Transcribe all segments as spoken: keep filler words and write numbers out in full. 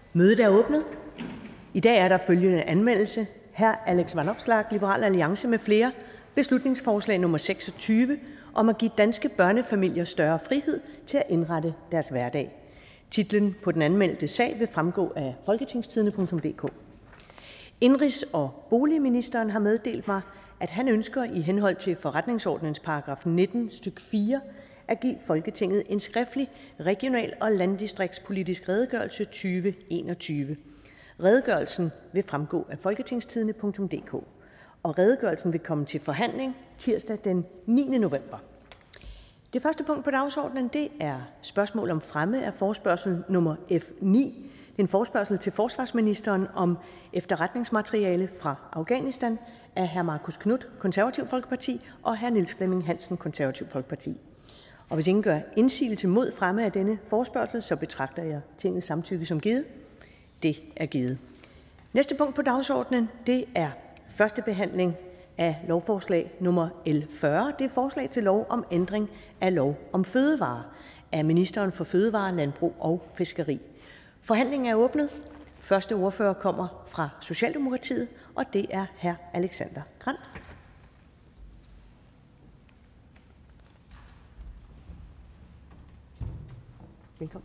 Mødet er åbnet. I dag er der følgende anmeldelse. Hr. Alex Vanopslagh, Liberal Alliance med flere. Beslutningsforslag nummer seksogtyve om at give danske børnefamilier større frihed til at indrette deres hverdag. Titlen på den anmeldte sag vil fremgå af folketingstidende punktum d k. Indenrigs- og boligministeren har meddelt mig, at han ønsker i henhold til forretningsordenens paragraf nitten stykke fire at give Folketinget en skriftlig regional- og landdistriktspolitisk redegørelse tyve enogtyve. Redegørelsen vil fremgå af folketingstidende punktum d k, og redegørelsen vil komme til forhandling tirsdag den niende november. Det første punkt på dagsordenen det er spørgsmål om fremme af forespørgsel nummer F ni. Det er en forespørgsel til forsvarsministeren om efterretningsmateriale fra Afghanistan af hr. Marcus Knuth, Konservativ Folkeparti, og hr. Niels Flemming Hansen, Konservativ Folkeparti. Og hvis ingen gør indsigelse mod fremme af denne forespørgsel, så betragter jeg Tingets samtykke som givet. Det er givet. Næste punkt på dagsordenen det er første behandling af lovforslag nummer L fyrre. Det er forslag til lov om ændring af lov om fødevarer af ministeren for fødevarer, landbrug og fiskeri. Forhandlingen er åbnet. Første ordfører kommer fra Socialdemokratiet, og det er hr. Alexander Grandt. Velkommen.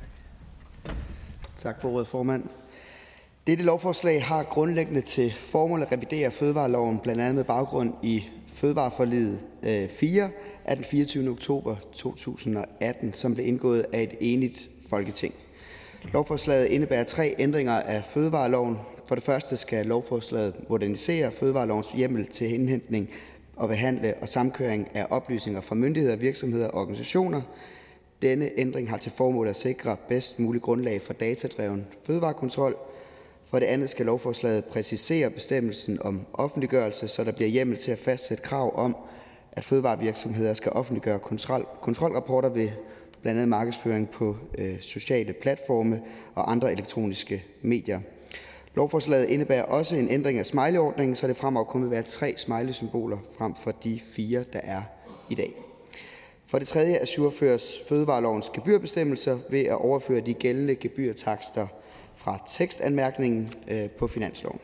Tak. Tak for ordet, formand. Dette lovforslag har grundlæggende til formål at revidere fødevareloven, blandt andet med baggrund i fødevareforliget fire af den fireogtyvende oktober to tusind og atten, som blev indgået af et enigt Folketing. Lovforslaget indebærer tre ændringer af fødevareloven. For det første skal lovforslaget modernisere fødevarelovens hjemmel til indhentning og behandle og samkøring af oplysninger fra myndigheder, virksomheder og organisationer. Denne ændring har til formål at sikre bedst mulig grundlag for datadreven fødevarekontrol. For det andet skal lovforslaget præcisere bestemmelsen om offentliggørelse, så der bliver hjemmel til at fastsætte krav om, at fødevarevirksomheder skal offentliggøre kontrol, kontrolrapporter ved blandt andet markedsføring på øh, sociale platforme og andre elektroniske medier. Lovforslaget indebærer også en ændring af smileyordningen, så det fremover kun vil være tre smiley-symboler frem for de fire, der er i dag. For det tredje ajourføres fødevarelovens gebyrbestemmelser ved at overføre de gældende gebyrtakster fra tekstanmærkningen øh, på finansloven.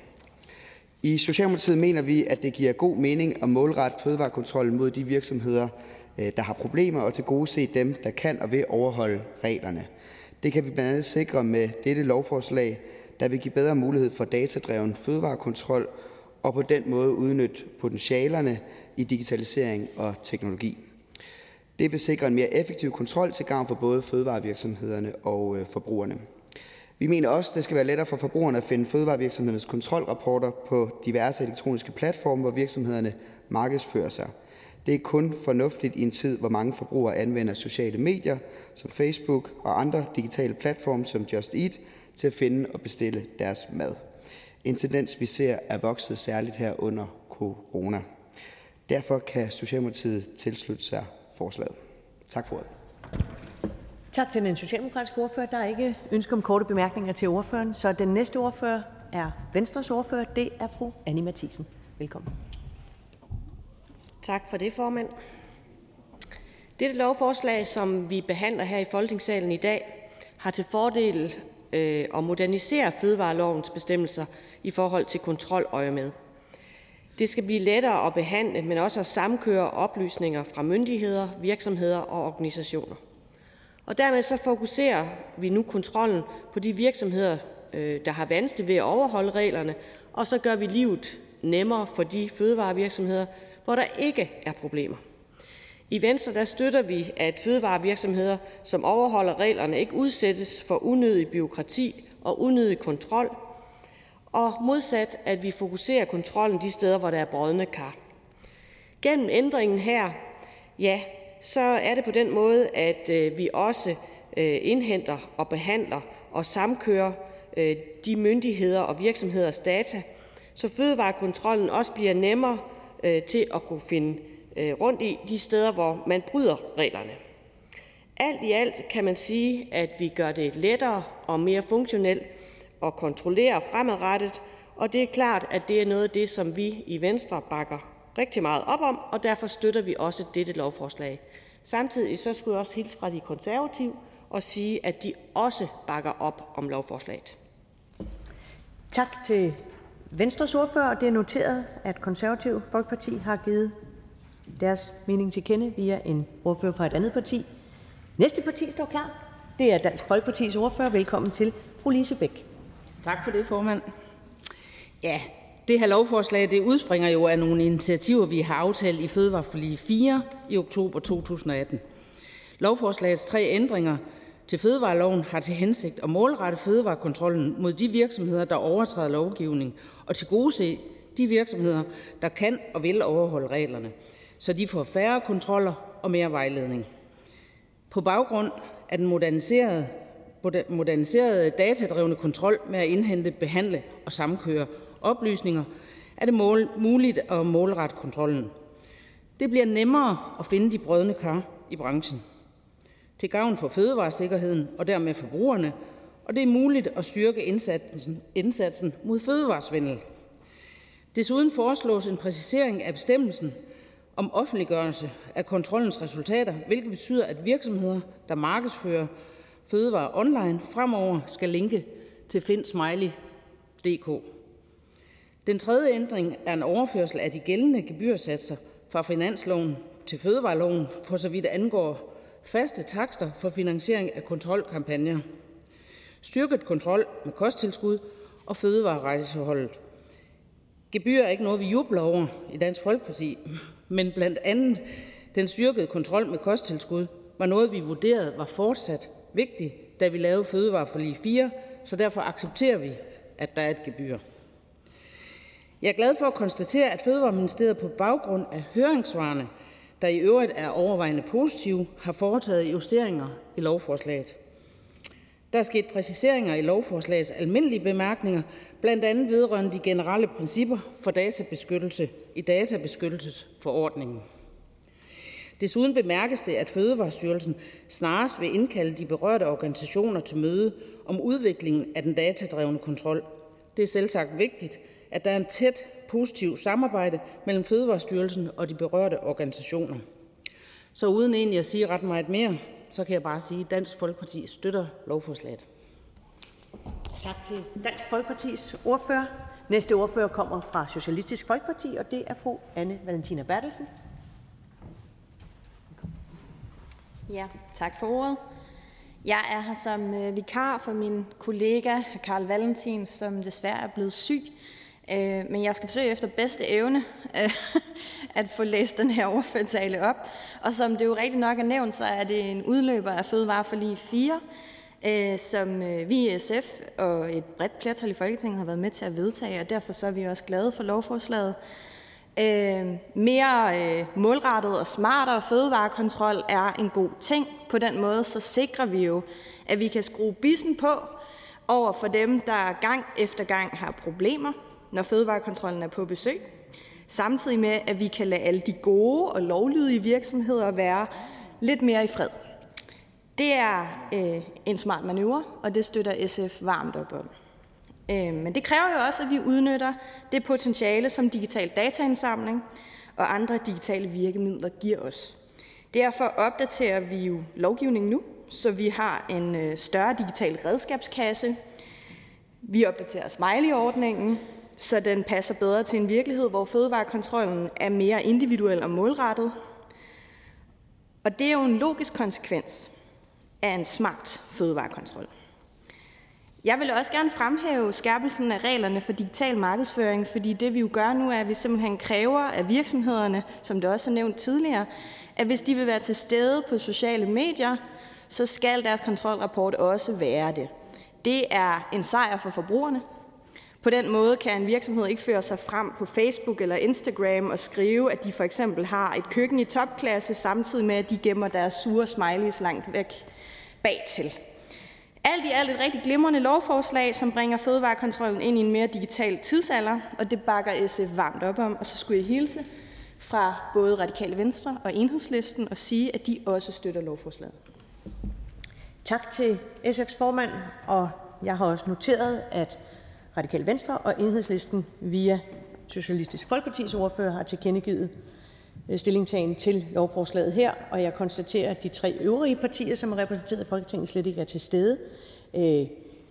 I Socialdemokratiet mener vi, at det giver god mening at målrette fødevarekontrollen mod de virksomheder, øh, der har problemer, og tilgodese dem, der kan og vil overholde reglerne. Det kan vi blandt andet sikre med dette lovforslag, der vil give bedre mulighed for datadreven fødevarekontrol og på den måde udnytte potentialerne i digitalisering og teknologi. Det vil sikre en mere effektiv kontrol til gavn for både fødevarevirksomhederne og øh, forbrugerne. Vi mener også, at det skal være lettere for forbrugerne at finde fødevarevirksomhedernes kontrolrapporter på diverse elektroniske platforme, hvor virksomhederne markedsfører sig. Det er kun fornuftigt i en tid, hvor mange forbrugere anvender sociale medier som Facebook og andre digitale platforme som Just Eat til at finde og bestille deres mad. En tendens, vi ser, er vokset særligt her under corona. Derfor kan Socialdemokratiet tilslutte sig forslaget. Tak for ordet. Tak til den socialdemokratiske ordfører. Der er ikke ønske om korte bemærkninger til ordføreren, så den næste ordfører er Venstres ordfører. Det er fru Anni Matthiesen. Velkommen. Tak for det, formand. Dette lovforslag, som vi behandler her i Folketingssalen i dag, har til fordel øh, at modernisere fødevarelovens bestemmelser i forhold til kontroløjemed. Det skal blive lettere at behandle, men også at samkøre oplysninger fra myndigheder, virksomheder og organisationer. Og dermed så fokuserer vi nu kontrollen på de virksomheder, der har vanskeligt ved at overholde reglerne, og så gør vi livet nemmere for de fødevarevirksomheder, hvor der ikke er problemer. I Venstre der støtter vi, at fødevarevirksomheder, som overholder reglerne, ikke udsættes for unødig bureaukrati og unødig kontrol, og modsat, at vi fokuserer kontrollen de steder, hvor der er brodne kar. Gennem ændringen her, ja, så er det på den måde, at øh, vi også øh, indhenter og behandler og samkører øh, de myndigheder og virksomheders data, så fødevarekontrollen også bliver nemmere øh, til at kunne finde øh, rundt i de steder, hvor man bryder reglerne. Alt i alt kan man sige, at vi gør det lettere og mere funktionelt at kontrollere fremadrettet, og det er klart, at det er noget af det, som vi i Venstre bakker rigtig meget op om, og derfor støtter vi også dette lovforslag. Samtidig så skulle jeg også hilse fra de konservative og sige, at de også bakker op om lovforslaget. Tak til Venstres ordfører. Det er noteret, at Konservativ Folkeparti har givet deres mening til kende via en ordfører fra et andet parti. Næste parti står klar. Det er Dansk Folkepartis ordfører. Velkommen til fru Lise Bech. Tak for det, formand. Ja, det her lovforslag det udspringer jo af nogle initiativer, vi har aftalt i Fødevareforlig fire i oktober to tusind og atten. Lovforslagets tre ændringer til fødevareloven har til hensigt at målrette fødevarekontrollen mod de virksomheder, der overtræder lovgivning, og tilgodese de virksomheder, der kan og vil overholde reglerne, så de får færre kontroller og mere vejledning. På baggrund af den moderniserede, moderniserede datadrevne kontrol med at indhente, behandle og samkøre oplysninger, er det mål, muligt at målrette kontrollen. Det bliver nemmere at finde de brodne kar i branchen, til gavn for fødevaresikkerheden og dermed forbrugerne, og det er muligt at styrke indsatsen, indsatsen mod fødevaresvindel. Desuden foreslås en præcisering af bestemmelsen om offentliggørelse af kontrollens resultater, hvilket betyder, at virksomheder, der markedsfører fødevarer online, fremover skal linke til finsmiley punktum d k. Den tredje ændring er en overførsel af de gældende gebyrsatser fra finansloven til fødevareloven, for så vidt angår faste takster for finansiering af kontrolkampagner, styrket kontrol med kosttilskud og fødevarerejseholdet. Gebyr er ikke noget, vi jubler over i Dansk Folkeparti, men blandt andet den styrkede kontrol med kosttilskud var noget, vi vurderede var fortsat vigtigt, da vi lavede Fødevareforlig fire, så derfor accepterer vi, at der er et gebyr. Jeg er glad for at konstatere, at Fødevareministeriet på baggrund af høringssvarene, der i øvrigt er overvejende positive, har foretaget justeringer i lovforslaget. Der er sket præciseringer i lovforslagets almindelige bemærkninger, blandt andet vedrørende de generelle principper for databeskyttelse i databeskyttelsesforordningen. Desuden bemærkes det, at Fødevarestyrelsen snarest vil indkalde de berørte organisationer til møde om udviklingen af den datadrevne kontrol. Det er selvsagt vigtigt, at der er en tæt, positiv samarbejde mellem Fødevarestyrelsen og de berørte organisationer. Så uden egentlig at sige ret meget mere, så kan jeg bare sige, at Dansk Folkeparti støtter lovforslaget. Tak til Dansk Folkepartis ordfører. Næste ordfører kommer fra Socialistisk Folkeparti, og det er fru Anne Valentina Berthelsen. Ja, tak for ordet. Jeg er her som vikar for min kollega Carl Valentin, som desværre er blevet syg. Men jeg skal forsøge efter bedste evne at få læst den her ordførertale op. Og som det jo rigtig nok er nævnt, så er det en udløber af Fødevareforlig fire, som vi i S F og et bredt flertal i Folketinget har været med til at vedtage, og derfor så er vi også glade for lovforslaget. Mere målrettet og smartere fødevarekontrol er en god ting. På den måde så sikrer vi jo, at vi kan skrue bissen på over for dem, der gang efter gang har problemer, når fødevarekontrollen er på besøg, samtidig med, at vi kan lade alle de gode og lovlydige virksomheder være lidt mere i fred. Det er øh, en smart manøvre, og det støtter S F varmt op om. Øh, men det kræver jo også, at vi udnytter det potentiale, som digital dataindsamling og andre digitale virkemidler giver os. Derfor opdaterer vi jo lovgivningen nu, så vi har en øh, større digital redskabskasse. Vi opdaterer smiley-ordningen, så den passer bedre til en virkelighed, hvor fødevarekontrollen er mere individuel og målrettet. Og det er jo en logisk konsekvens af en smart fødevarekontrol. Jeg vil også gerne fremhæve skærpelsen af reglerne for digital markedsføring, fordi det vi jo gør nu er, at vi simpelthen kræver af virksomhederne, som det også er nævnt tidligere, at hvis de vil være til stede på sociale medier, så skal deres kontrolrapport også være det. Det er en sejr for forbrugerne. På den måde kan en virksomhed ikke føre sig frem på Facebook eller Instagram og skrive, at de for eksempel har et køkken i topklasse, samtidig med, at de gemmer deres sure smileys langt væk bagtil. Alt i alt et rigtig glimrende lovforslag, som bringer fødevarekontrollen ind i en mere digital tidsalder, og det bakker S F varmt op om. Og så skulle jeg hilse fra både Radikale Venstre og Enhedslisten og sige, at de også støtter lovforslaget. Tak til S F's formand, og jeg har også noteret, at Radikale Venstre og Enhedslisten via Socialistisk Folkepartis ordfører har tilkendegivet stillingtagen til lovforslaget her, og jeg konstaterer, at de tre øvrige partier, som er repræsenteret i Folketinget, slet ikke er til stede.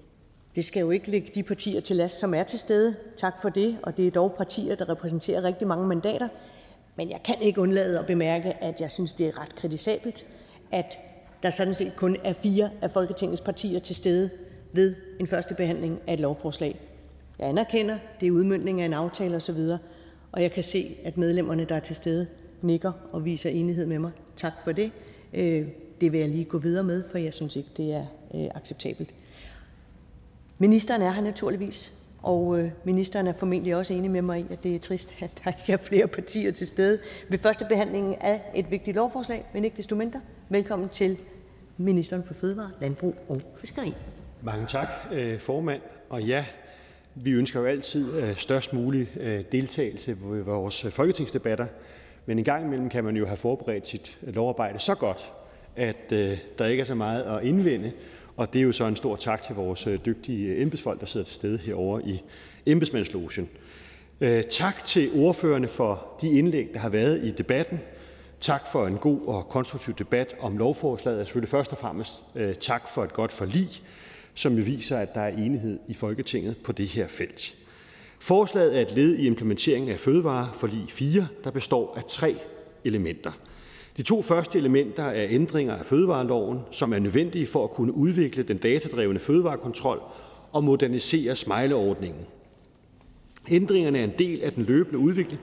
Det skal jo ikke ligge de partier til last, som er til stede. Tak for det, og det er dog partier, der repræsenterer rigtig mange mandater. Men jeg kan ikke undlade at bemærke, at jeg synes, det er ret kritisabelt, at der sådan set kun er fire af Folketingets partier til stede ved en første behandling af et lovforslag. Jeg anerkender, det er udmøntning af en aftale osv., og jeg kan se, at medlemmerne, der er til stede, nikker og viser enighed med mig. Tak for det. Det vil jeg lige gå videre med, for jeg synes ikke, det er acceptabelt. Ministeren er her naturligvis, og ministeren er formentlig også enig med mig i, at det er trist, at der ikke er flere partier til stede ved første behandling af et vigtigt lovforslag, men ikke desto mindre. Velkommen til ministeren for Fødevare, Landbrug og Fiskeri. Mange tak, formand. Og ja, vi ønsker jo altid størst mulig deltagelse ved vores folketingsdebatter, men en gang imellem kan man jo have forberedt sit lovarbejde så godt, at der ikke er så meget at indvende. Og det er jo så en stor tak til vores dygtige embedsfolk, der sidder til stede herovre i embedsmandslogen. Tak til ordførerne for de indlæg, der har været i debatten. Tak for en god og konstruktiv debat om lovforslaget. Og selvfølgelig først og fremmest tak for et godt forlig, som jo viser, at der er enighed i Folketinget på det her felt. Forslaget er et led i implementeringen af fødevareforlig fire, der består af tre elementer. De to første elementer er ændringer af fødevareloven, som er nødvendige for at kunne udvikle den datadrevne fødevarekontrol og modernisere smileyordningen. Ændringerne er en del af den løbende udvikling.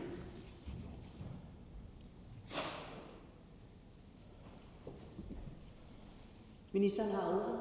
Ministeren har ordet.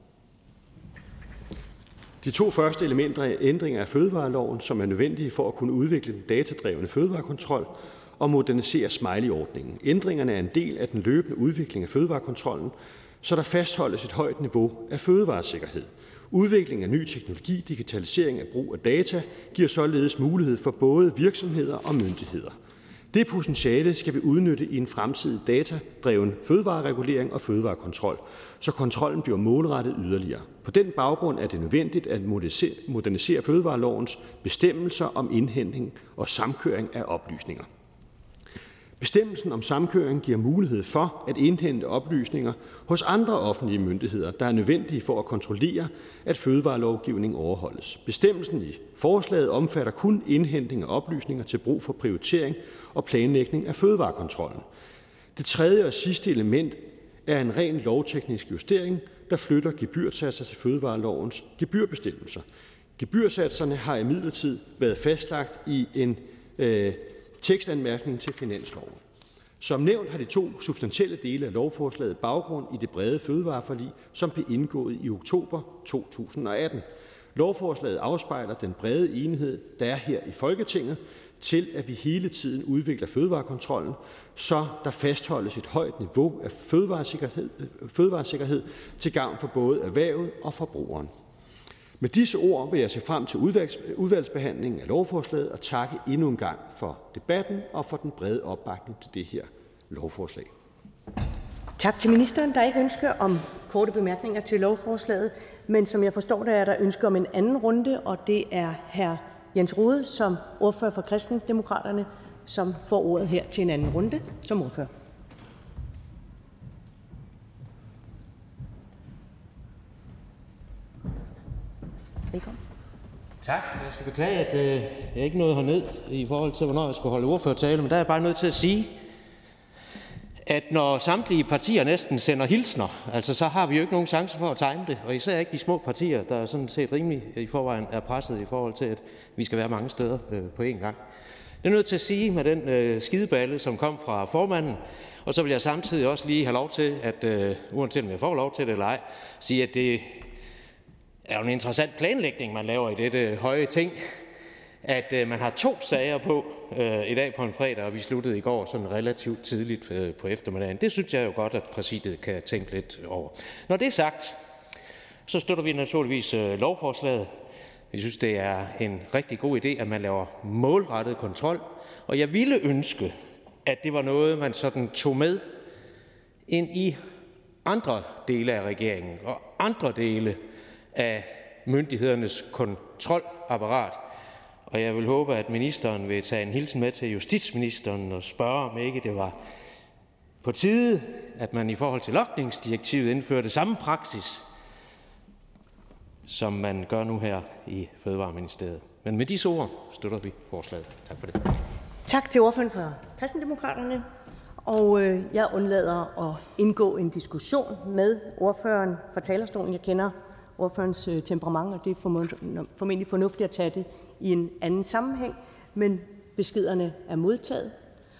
De to første elementer er ændringer af fødevareloven, som er nødvendige for at kunne udvikle den datadrevne fødevarekontrol og modernisere smileyordningen. Ændringerne er en del af den løbende udvikling af fødevarekontrollen, så der fastholdes et højt niveau af fødevaresikkerhed. Udvikling af ny teknologi, digitalisering af brug af data, giver således mulighed for både virksomheder og myndigheder. Det potentiale skal vi udnytte i en fremtidig datadreven fødevareregulering og fødevarekontrol, så kontrollen bliver målrettet yderligere. På den baggrund er det nødvendigt at modernisere fødevarelovens bestemmelser om indhentning og samkøring af oplysninger. Bestemmelsen om samkøring giver mulighed for at indhente oplysninger hos andre offentlige myndigheder, der er nødvendige for at kontrollere, at fødevarelovgivningen overholdes. Bestemmelsen i forslaget omfatter kun indhentning af oplysninger til brug for prioritering og planlægning af fødevarekontrollen. Det tredje og sidste element er en ren lovteknisk justering, der flytter gebyrsatser til fødevarelovens gebyrbestemmelser. Gebyrsatserne har imidlertid været fastlagt i en øh, tekstanmærkning til finansloven. Som nævnt har de to substantielle dele af lovforslaget baggrund i det brede fødevareforlig, som blev indgået i oktober to tusind og atten. Lovforslaget afspejler den brede enighed, der er her i Folketinget, til at vi hele tiden udvikler fødevarekontrollen, så der fastholdes et højt niveau af fødevaresikkerhed, fødevaresikkerhed til gavn for både erhvervet og forbrugeren. Med disse ord vil jeg se frem til udvalgs, udvalgsbehandlingen af lovforslaget og takke endnu en gang for debatten og for den brede opbakning til det her lovforslag. Tak til ministeren. Der er ikke ønske om korte bemærkninger til lovforslaget, men som jeg forstår det, er der ønske om en anden runde, og det er hr. Jens Rohde som ordfører for Kristendemokraterne, som får ordet her til en anden runde som ordfører. Velkommen. Tak. Jeg skal beklage, at øh, jeg ikke nåede herned i forhold til, hvornår jeg skulle holde ordførertale, men der er jeg bare nødt til at sige, at når samtlige partier næsten sender hilsner, altså så har vi jo ikke nogen chance for at time det, og især ikke de små partier, der sådan set rimelig i forvejen er presset i forhold til, at vi skal være mange steder øh, på én gang. Jeg er nødt til at sige med den øh, skideballe, som kom fra formanden, og så vil jeg samtidig også lige have lov til, at øh, uanset om jeg får lov til det eller ej, sige, at det er jo en interessant planlægning, man laver i dette høje ting, at øh, man har to sager på øh, i dag på en fredag, og vi sluttede i går sådan relativt tidligt øh, på eftermiddagen. Det synes jeg jo godt, at præsidiet kan tænke lidt over. Når det er sagt, så støtter vi naturligvis øh, lovforslaget. Vi synes, det er en rigtig god idé, at man laver målrettet kontrol, og jeg ville ønske, at det var noget, man sådan tog med ind i andre dele af regeringen og andre dele af myndighedernes kontrolapparat. Og jeg vil håbe, at ministeren vil tage en hilsen med til justitsministeren og spørge, om ikke det var på tide, at man i forhold til logningsdirektivet indførte samme praksis, som man gør nu her i Fødevareministeriet. Men med disse ord støtter vi forslaget. Tak for det. Tak til ordføreren for Kristendemokraterne. Og øh, jeg undlader at indgå en diskussion med ordføreren fra talerstolen. Jeg kender ordførens øh, temperament, og det er formentlig fornuftigt at tage det i en anden sammenhæng. Men beskederne er modtaget,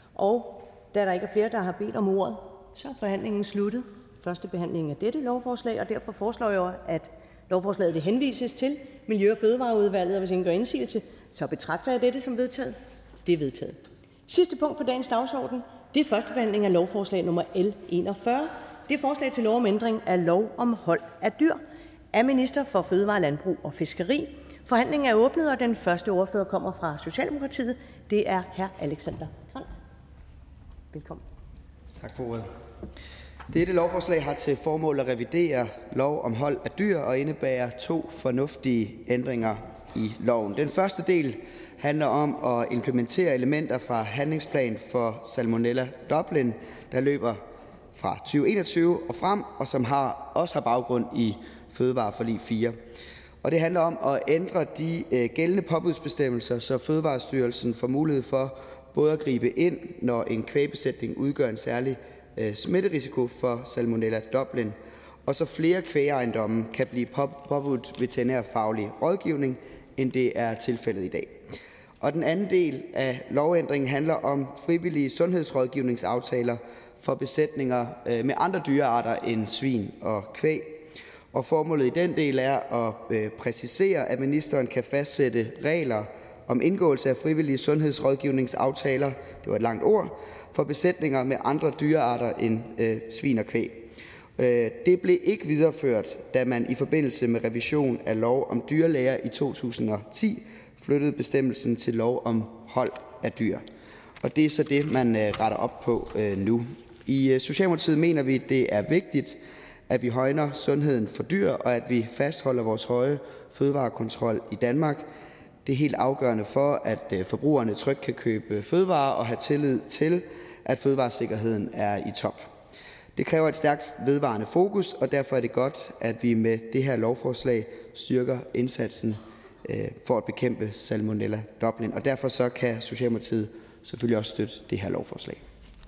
og da der ikke er flere, der har bedt om ordet, så er forhandlingen sluttet. Første behandling af dette lovforslag, og derfor foreslår jeg, at lovforslaget det henvises til Miljø- og Fødevareudvalget, og hvis ingen gør indsigelse, så betragter jeg dette som vedtaget. Det er vedtaget. Sidste punkt på dagens dagsorden, det er første behandling af lovforslag nummer L enogfyrre. Det er forslag til lov om ændring af lov om hold af dyr af minister for Fødevare, Landbrug og Fiskeri. Forhandlingen er åbnet, og den første ordfører kommer fra Socialdemokratiet. Det er hr. Alexander Grandt. Velkommen. Tak for ordet. Dette lovforslag har til formål at revidere lov om hold af dyr og indebærer to fornuftige ændringer i loven. Den første del handler om at implementere elementer fra handlingsplan for Salmonella Dublin, der løber fra tyve enogtyve og frem, og som har, også har baggrund i Fødevareforlig fire. Og det handler om at ændre de øh, gældende påbudsbestemmelser, så Fødevarestyrelsen får mulighed for både at gribe ind, når en kvægbesætning udgør en særlig øh, smitterisiko for Salmonella Dublin, og så flere kvægejendomme kan blive påbudt veterinærfaglig rådgivning, end det er tilfældet i dag. Og den anden del af lovændringen handler om frivillige sundhedsrådgivningsaftaler for besætninger øh, med andre dyrearter end svin og kvæg. Og formålet i den del er at øh, præcisere, at ministeren kan fastsætte regler om indgåelse af frivillige sundhedsrådgivningsaftaler, det var et langt ord, for besætninger med andre dyrearter end øh, svin og kvæg. Øh, det blev ikke videreført, da man i forbindelse med revision af lov om dyrlæger i to tusind og ti flyttede bestemmelsen til lov om hold af dyr. Og det er så det, man øh, retter op på øh, nu. I øh, Socialdemokratiet mener vi, at det er vigtigt, at vi højner sundheden for dyr, og at vi fastholder vores høje fødevarekontrol i Danmark. Det er helt afgørende for, at forbrugerne trygt kan købe fødevarer og have tillid til, at fødevaresikkerheden er i top. Det kræver et stærkt vedvarende fokus, og derfor er det godt, at vi med det her lovforslag styrker indsatsen for at bekæmpe Salmonella Dublin. Og derfor så kan Socialdemokratiet selvfølgelig også støtte det her lovforslag.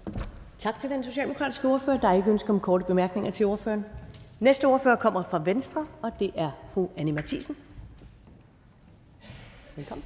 Tak til den socialdemokratiske ordfører. Der er ikke ønske om korte bemærkninger til ordføreren. Næste ordfører kommer fra Venstre, og det er fru Anni Matthiesen. Velkommen.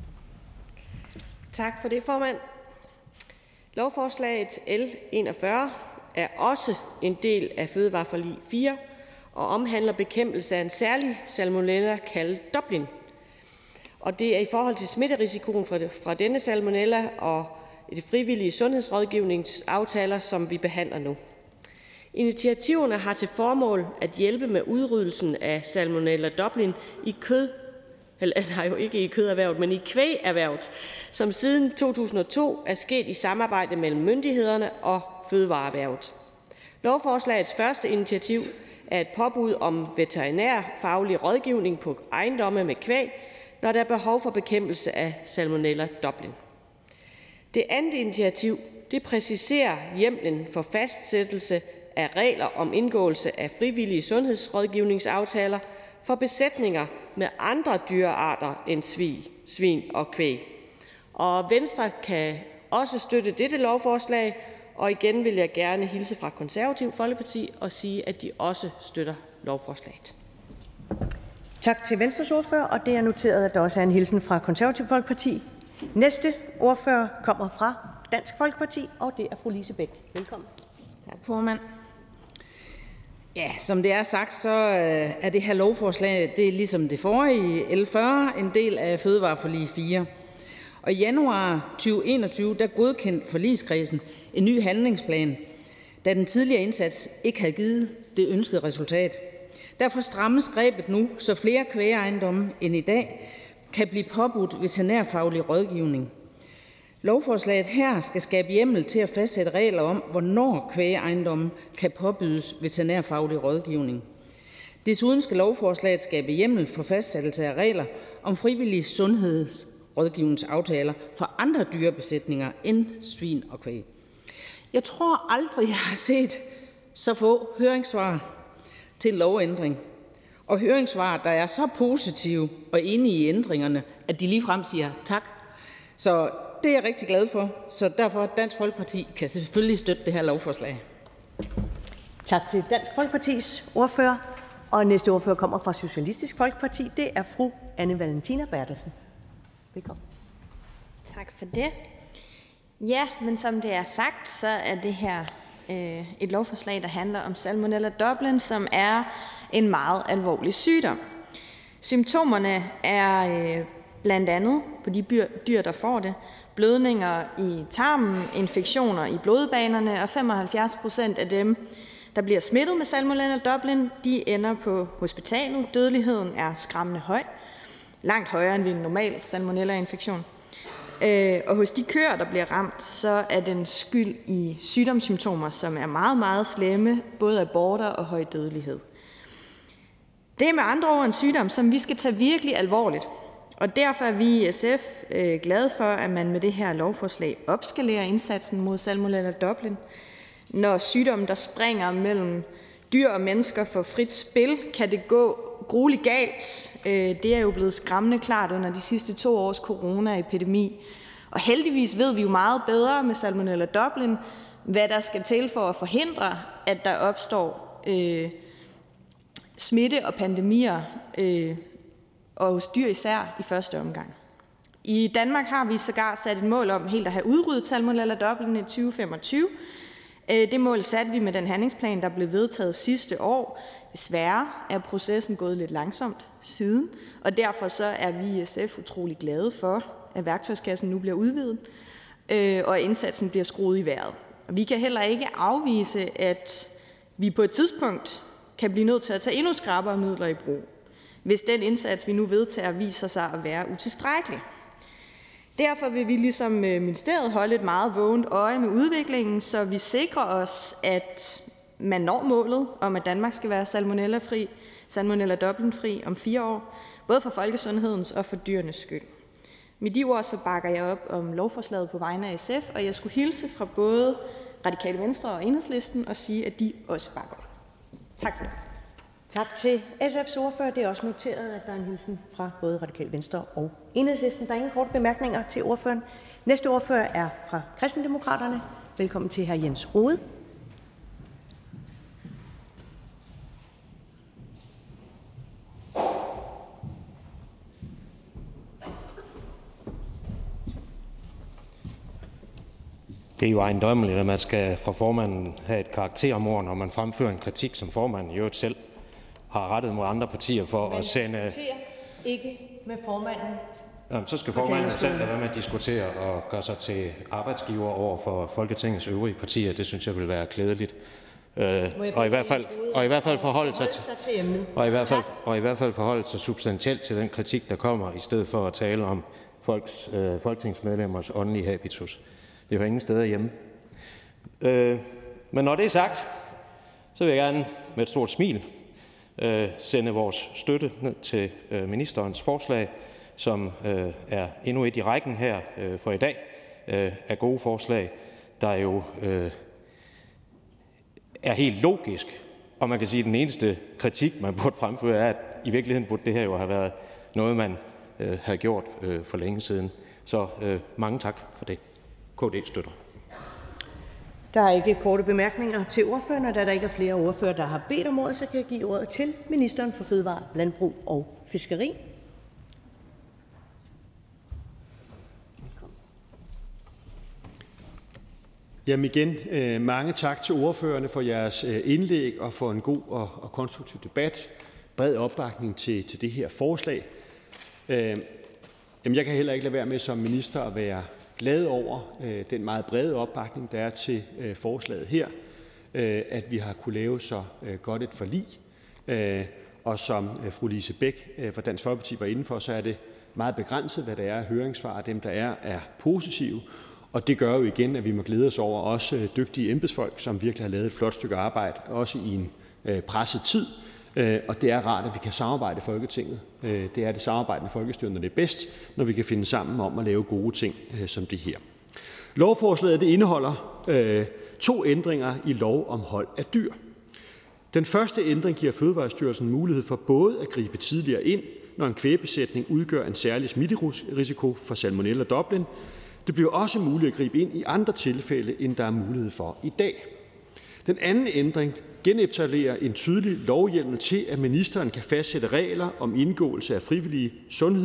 Tak for det, formand. Lovforslaget L enogfyrre er også en del af Fødevareforlig fire og omhandler bekæmpelse af en særlig salmonella kaldet Dublin. Og det er i forhold til smitterisikoen fra, fra denne salmonella og de frivillige sundhedsrådgivningsaftaler, som vi behandler nu. Initiativerne har til formål at hjælpe med udryddelsen af Salmonella Dublin i kød, eller nej, jo ikke i køderhvervet, men i kvægerhvervet, som siden to tusind og to er sket i samarbejde mellem myndighederne og fødevareerhvervet. Lovforslagets første initiativ er et påbud om veterinærfaglig rådgivning på ejendomme med kvæg, når der er behov for bekæmpelse af Salmonella Dublin. Det andet initiativ det præciserer hjemmelen for fastsættelse af regler om indgåelse af frivillige sundhedsrådgivningsaftaler for besætninger med andre dyrearter end svin og kvæg. Og Venstre kan også støtte dette lovforslag, og igen vil jeg gerne hilse fra Konservativ Folkeparti og sige, at de også støtter lovforslaget. Tak til Venstres ordfører, og det er noteret, at der også er en hilsen fra Konservativ Folkeparti. Næste ordfører kommer fra Dansk Folkeparti, og det er fru Lise Bech. Velkommen. Tak, formand. Ja, som det er sagt, så er det her lovforslag, det er ligesom det forrige L fyrre, en del af Fødevareforlig fire. Og i januar tyve enogtyve, der godkendte forligskredsen en ny handlingsplan, da den tidligere indsats ikke havde givet det ønskede resultat. Derfor strammes grebet nu, så flere kvægejendomme end i dag kan blive påbudt veterinærfaglig rådgivning. Lovforslaget her skal skabe hjemmel til at fastsætte regler om, hvornår kvægejendomme kan påbydes veterinærfaglig rådgivning. Desuden skal lovforslaget skabe hjemmel for fastsættelse af regler om frivillige sundhedsrådgivningsaftaler for andre dyrebesætninger end svin og kvæg. Jeg tror aldrig, jeg har set så få høringssvar til en lovændring. og høringssvar, der er så positive og enige i ændringerne, at de ligefrem siger tak. Så det er jeg rigtig glad for. Så derfor Dansk Folkeparti kan selvfølgelig støtte det her lovforslag. Tak til Dansk Folkepartis ordfører. Og næste ordfører kommer fra Socialistisk Folkeparti. Det er fru Anne Valentina Berthelsen. Velkommen. Tak for det. Ja, men som det er sagt, så er det her øh, et lovforslag, der handler om Salmonella Dublin, som er en meget alvorlig sygdom. Symptomerne er øh, blandt andet på de dyr, der får det, blødninger i tarmen, infektioner i blodbanerne, og femoghalvfjerds procent af dem, der bliver smittet med Salmonella Dublin, de ender på hospitalet. Dødeligheden er skræmmende høj, langt højere end ved en normal salmonella-infektion. Og hos de køer, der bliver ramt, så er den skyld i sygdomssymptomer, som er meget, meget slemme, både aborter og høj dødelighed. Det er med andre ord en sygdom, som vi skal tage virkelig alvorligt. Og derfor er vi i S F øh, glade for, at man med det her lovforslag opskalerer indsatsen mod Salmonella Dublin. Når sygdommen, der springer mellem dyr og mennesker, får frit spil, kan det gå grueligt galt. Øh, det er jo blevet skræmmende klart under de sidste to års coronaepidemi. Og heldigvis ved vi jo meget bedre med Salmonella Dublin, hvad der skal til for at forhindre, at der opstår øh, smitte og pandemier, øh, og hos dyr især i første omgang. I Danmark har vi sågar sat et mål om helt at have udryddet Salmonella Dublin i tyve femogtyve. Det mål satte vi med den handlingsplan, der blev vedtaget sidste år. Desværre er processen gået lidt langsomt siden, og derfor så er vi i S F utrolig glade for, at værktøjskassen nu bliver udvidet, og indsatsen bliver skruet i vejret. Vi kan heller ikke afvise, at vi på et tidspunkt kan blive nødt til at tage endnu skrappere midler i brug, hvis den indsats, vi nu vedtager, viser sig at være utilstrækkelig. Derfor vil vi ligesom ministeriet holde et meget vågent øje med udviklingen, så vi sikrer os, at man når målet om, at Danmark skal være salmonella-fri, Salmonella Dublin-fri om fire år, både for folkesundhedens og for dyrenes skyld. Med de ord så bakker jeg op om lovforslaget på vegne af S F, og jeg skulle hilse fra både Radikale Venstre og Enhedslisten og sige, at de også bakker op. Tak for det. Tak til S F's ordfører. Det er også noteret, at der er en hilsen fra både Radikale Venstre og Enhedslisten. Der er ingen korte bemærkninger til ordføreren. Næste ordfører er fra Kristendemokraterne. Velkommen til hr. Jens Rohde. Det er jo ejendommeligt, at man skal fra formanden have et karaktermord, når man fremfører en kritik, som formanden jo selv har rettet mod andre partier for Men at sende... ikke med formanden. Jamen, så skal formanden selv lade være med at diskutere og gøre sig til arbejdsgiver over for Folketingets øvrige partier. Det synes jeg vil være klædeligt. Øh, og, i hvert fald, og i hvert fald forholde sig til, og i hvert fald, og i hvert fald forholde sig substantielt til den kritik, der kommer, i stedet for at tale om folks, øh, folketingsmedlemmers åndelige habitus. Det hører ingen steder hjemme. Øh, men når det er sagt, så vil jeg gerne med et stort smil øh, sende vores støtte ned til øh, ministerens forslag, som øh, er endnu et i rækken her øh, for i dag øh, af gode forslag, der jo øh, er helt logisk. Og man kan sige, at den eneste kritik, man burde fremføre, er, at i virkeligheden burde det her jo have været noget, man øh, havde gjort øh, for længe siden. Så øh, mange tak for det. K D støtter. Der er ikke korte bemærkninger til ordføreren, og da der ikke er flere ordfører, der har bedt om ordet, så kan jeg give ordet til ministeren for Fødevare, Landbrug og Fiskeri. Jamen igen, øh, mange tak til ordførerne for jeres øh, indlæg og for en god og, og konstruktiv debat. Bred opbakning til, til det her forslag. Øh, jamen jeg kan heller ikke lade være med som minister at være glad over øh, den meget brede opbakning, der er til øh, forslaget her. Øh, at vi har kunne lave så øh, godt et forlig. Øh, og som øh, fru Lise Bech øh, fra Dansk Folkeparti var inde for, så er det meget begrænset, hvad der er af høringssvar. Dem, der er, er positive. Og det gør jo igen, at vi må glæde os over også dygtige embedsfolk, som virkelig har lavet et flot stykke arbejde, også i en øh, presset tid. Øh, og det er rart, at vi kan samarbejde i Folketinget. Øh, det er det samarbejdende folkestyre, når det er bedst, når vi kan finde sammen om at lave gode ting øh, som det her. Lovforslaget det indeholder øh, to ændringer i lov om hold af dyr. Den første ændring giver Fødevarestyrelsen mulighed for både at gribe tidligere ind, når en kvægbesætning udgør en særlig smitterisiko for Salmonella Dublin. Det bliver også muligt at gribe ind i andre tilfælde, end der er mulighed for i dag. Den anden ændring genetablerer en tydelig lovhjemmel til, at ministeren kan fastsætte regler om indgåelse af frivillige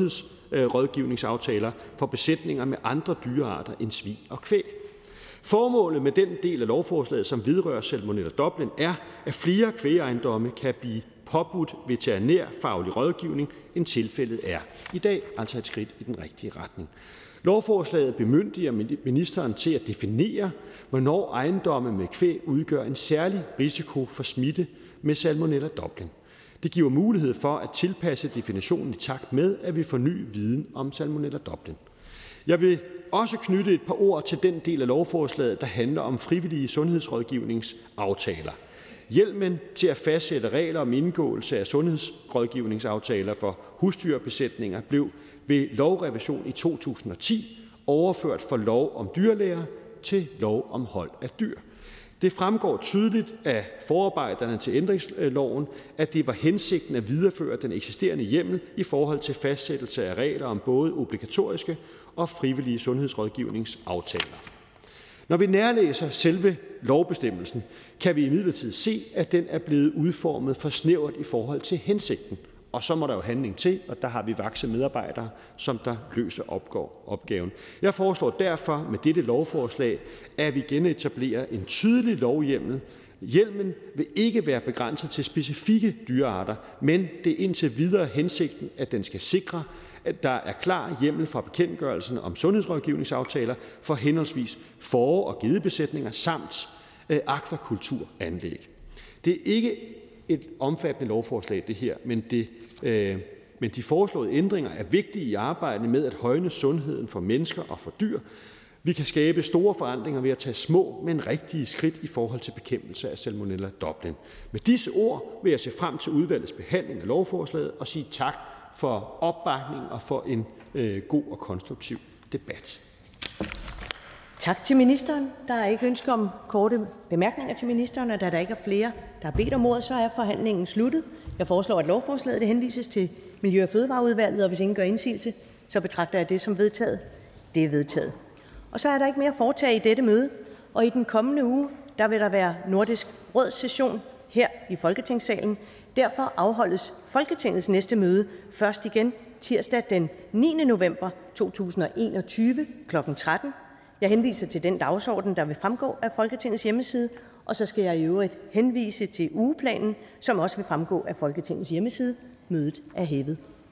sundhedsrådgivningsaftaler for besætninger med andre dyrearter end svin og kvæg. Formålet med den del af lovforslaget, som vedrører Salmonella Dublin, er, at flere kvægejendomme kan blive påbudt veterinærfaglig rådgivning, end tilfældet er i dag, altså et skridt i den rigtige retning. Lovforslaget bemyndiger ministeren til at definere, hvornår ejendomme med kvæg udgør en særlig risiko for smitte med Salmonella Dublin. Det giver mulighed for at tilpasse definitionen i takt med, at vi får ny viden om Salmonella Dublin. Jeg vil også knytte et par ord til den del af lovforslaget, der handler om frivillige sundhedsrådgivningsaftaler. Hjælpen til at fastsætte regler om indgåelse af sundhedsrådgivningsaftaler for husdyrbesætninger blev ved lovrevision i to tusind og ti overført fra lov om dyrlæger til lov om hold af dyr. Det fremgår tydeligt af forarbejderne til ændringsloven, at det var hensigten at videreføre den eksisterende hjemmel i forhold til fastsættelse af regler om både obligatoriske og frivillige sundhedsrådgivningsaftaler. Når vi nærlæser selve lovbestemmelsen, kan vi imidlertid se, at den er blevet udformet for snævert i forhold til hensigten. Og så må der jo handling til, og der har vi vakse medarbejdere, som der løser opgaven. Jeg foreslår derfor med dette lovforslag, at vi genetablerer en tydelig lovhjemmel. Hjælpen vil ikke være begrænset til specifikke dyrearter, men det er indtil videre hensigten, at den skal sikre, at der er klar hjemmel fra bekendtgørelsen om sundhedsrådgivningsaftaler for henholdsvis får- og gedebesætninger samt øh, akvakulturanlæg. Det er ikke et omfattende lovforslag, det her, men, det, øh, men de foreslåede ændringer er vigtige i arbejdet med at højne sundheden for mennesker og for dyr. Vi kan skabe store forandringer ved at tage små, men rigtige skridt i forhold til bekæmpelse af Salmonella Dublin. Med disse ord vil jeg se frem til udvalgets behandling af lovforslaget og sige tak for opbakning og for en øh, god og konstruktiv debat. Tak til ministeren. Der er ikke ønske om korte bemærkninger til ministeren, og da der ikke er flere, der har bedt om ordet, så er forhandlingen sluttet. Jeg foreslår, at lovforslaget det henvises til Miljø- og Fødevareudvalget, og hvis ingen gør indsigelse, så betragter jeg det som vedtaget. Det er vedtaget. Og så er der ikke mere at foretage i dette møde, og i den kommende uge, der vil der være Nordisk Råds session her i Folketingssalen. Derfor afholdes Folketingets næste møde først igen tirsdag den niende november to tusind og enogtyve klokken tretten. Jeg henviser til den dagsorden, der vil fremgå af Folketingets hjemmeside, og så skal jeg i øvrigt henvise til ugeplanen, som også vil fremgå af Folketingets hjemmeside. Mødet er hævet.